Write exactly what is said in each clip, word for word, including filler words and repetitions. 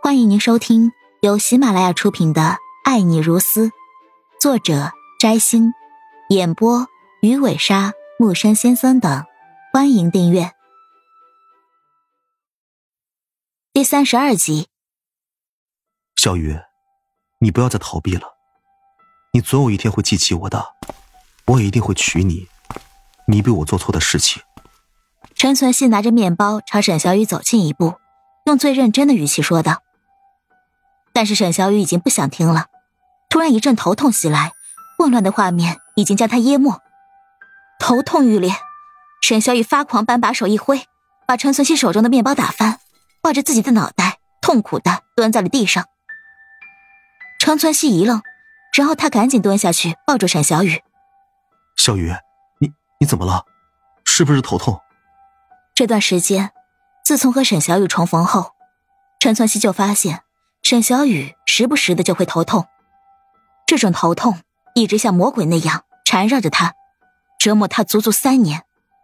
欢迎您收听由喜马拉雅出品的《爱你如斯》，作者摘星，演播鱼尾鲨、木山先生等。欢迎订阅。第三十二集。 小雨，你不要再逃避了，你总有一天会记起我的，我也一定会娶你，弥补我做错的事情。 陈存希拿着面包朝沈小雨走近一步，用最认真的语气说道。但是沈小雨已经不想听了，突然一阵头痛袭来，混乱的画面已经将他淹没。头痛欲裂，沈小雨发狂般把手一挥，把陈存希手中的面包打翻，抱着自己的脑袋痛苦地蹲在了地上。陈存希一愣，然后他赶紧蹲下去抱住沈小雨。 小雨，你你怎么了？是不是头痛？ 这段时间自从和沈小雨重逢后，陈存希就发现沈小雨时不时的就会头痛，这种头痛一直像魔鬼那样缠绕着他，折磨他足足三年。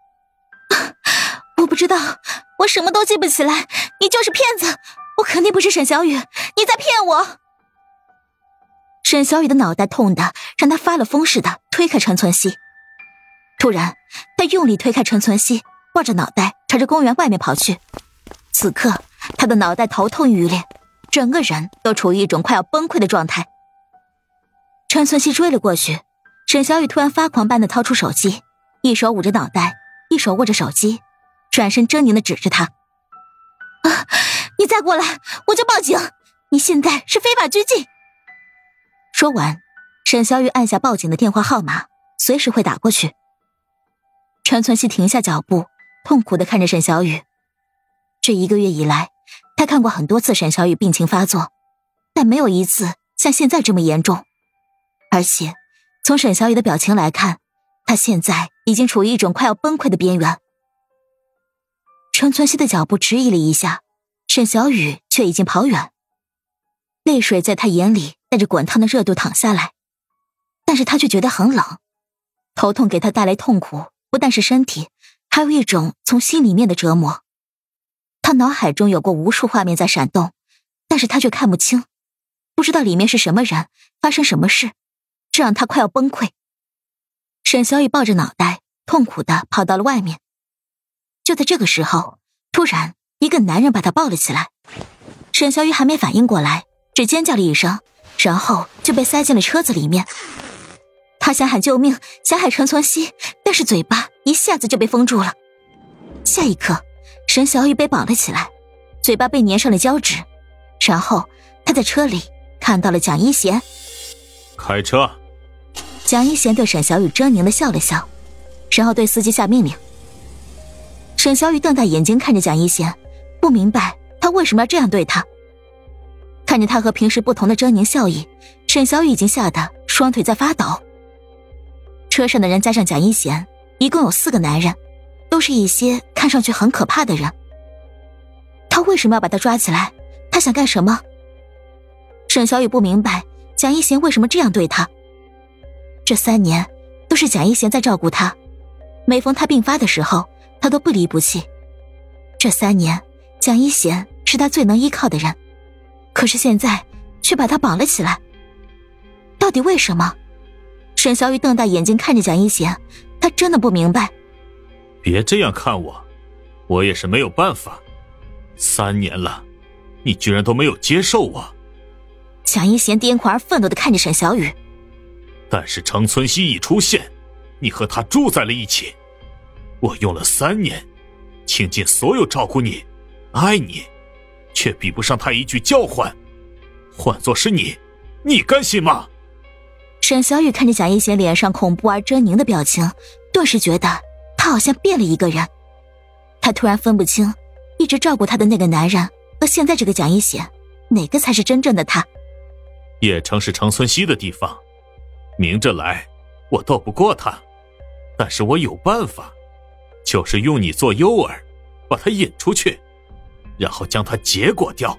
我不知道，我什么都记不起来，你就是骗子，我肯定不是沈小雨，你在骗我。沈小雨的脑袋痛得让他发了疯似的推开陈存希，突然他用力推开陈存希，抱着脑袋朝着公园外面跑去。此刻他的脑袋头痛欲裂，整个人都处于一种快要崩溃的状态。陈存希追了过去，沈小雨突然发狂般的掏出手机，一手捂着脑袋，一手握着手机，转身狰狞的指着他。啊，你再过来我就报警，你现在是非法拘禁。说完，沈小雨按下报警的电话号码，随时会打过去。陈存希停下脚步，痛苦地看着沈小雨。这一个月以来，他看过很多次沈小雨病情发作，但没有一次像现在这么严重。而且从沈小雨的表情来看，他现在已经处于一种快要崩溃的边缘。陈存希的脚步迟疑了一下，沈小雨却已经跑远，泪水在他眼里带着滚烫的热度淌下来，但是他却觉得很冷。头痛给他带来痛苦，不但是身体，还有一种从心里面的折磨。他脑海中有过无数画面在闪动，但是他却看不清，不知道里面是什么人，发生什么事，这让他快要崩溃。沈小雨抱着脑袋，痛苦地跑到了外面。就在这个时候，突然一个男人把他抱了起来。沈小雨还没反应过来，只尖叫了一声，然后就被塞进了车子里面。他想喊救命，想喊陈存希，但是嘴巴一下子就被封住了。下一刻，沈小雨被绑了起来，嘴巴被粘上了胶纸，然后他在车里看到了蒋一贤。 开车。 蒋一贤对沈小雨狰狞地笑了笑，然后对司机下命令。沈小雨瞪大眼睛看着蒋一贤，不明白他为什么要这样对他。看着他和平时不同的狰狞笑意，沈小雨已经吓得双腿在发抖。车上的人加上蒋一贤，一共有四个男人，都是一些看上去很可怕的人。他为什么要把他抓起来？他想干什么？沈小雨不明白蒋一贤为什么这样对他。这三年都是蒋一贤在照顾他，每逢他病发的时候，他都不离不弃。这三年蒋一贤是他最能依靠的人，可是现在却把他绑了起来，到底为什么？沈小雨瞪大眼睛看着蒋一贤，他真的不明白。 别这样看我，我也是没有办法。三年了，你居然都没有接受我。 蒋一贤癫狂而愤怒地看着沈小雨。 但是程存希一出现，你和他住在了一起，我用了三年，倾尽所有照顾你，爱你，却比不上他一句叫唤。换作是你，你甘心吗？ 沈小雨看着蒋一贤脸上恐怖而狰狞的表情，顿时觉得他好像变了一个人。他突然分不清一直照顾他的那个男人和现在这个蒋一贤，哪个才是真正的他。 邺城是程存希的地方，明着来我斗不过他，但是我有办法，就是用你做诱饵，把他引出去，然后将他结果掉。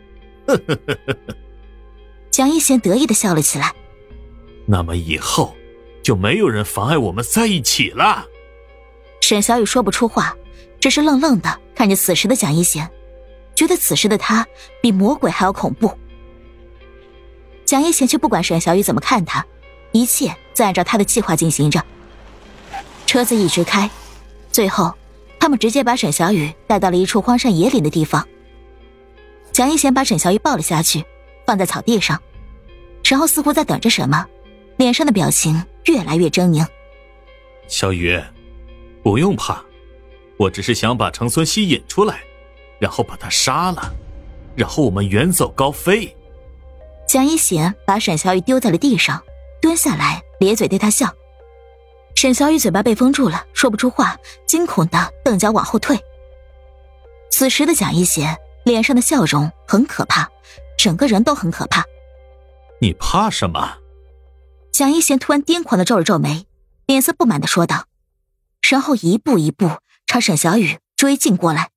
蒋一贤得意地笑了起来。 那么以后就没有人妨碍我们在一起了。 沈小雨说不出话，只是愣愣地看着此时的蒋一贤， 觉得此时的他比魔鬼还要恐怖。蒋一贤却不管沈小雨怎么看他，一切在按照他的计划进行着。车子一直开，最后他们直接把沈小雨带到了一处荒山野岭的地方。蒋一贤把沈小雨抱了下去，放在草地上，然后似乎在等着什么，脸上的表情越来越狰狞。 小雨，不用怕，我只是想把程孙熙引出来，然后把他杀了，然后我们远走高飞。 蒋一贤把沈小雨丢在了地上，蹲下来咧嘴对他笑。沈小雨嘴巴被封住了，说不出话，惊恐的瞪脚往后退。此时的蒋一贤脸上的笑容很可怕，整个人都很可怕。 你怕什么？ 蒋一贤突然癫狂的皱了皱眉，脸色不满的说道，然后一步一步朝沈小雨追进过来。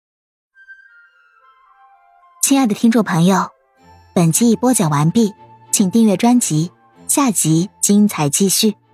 亲爱的听众朋友，本集已播讲完毕，请订阅专辑，下集精彩继续。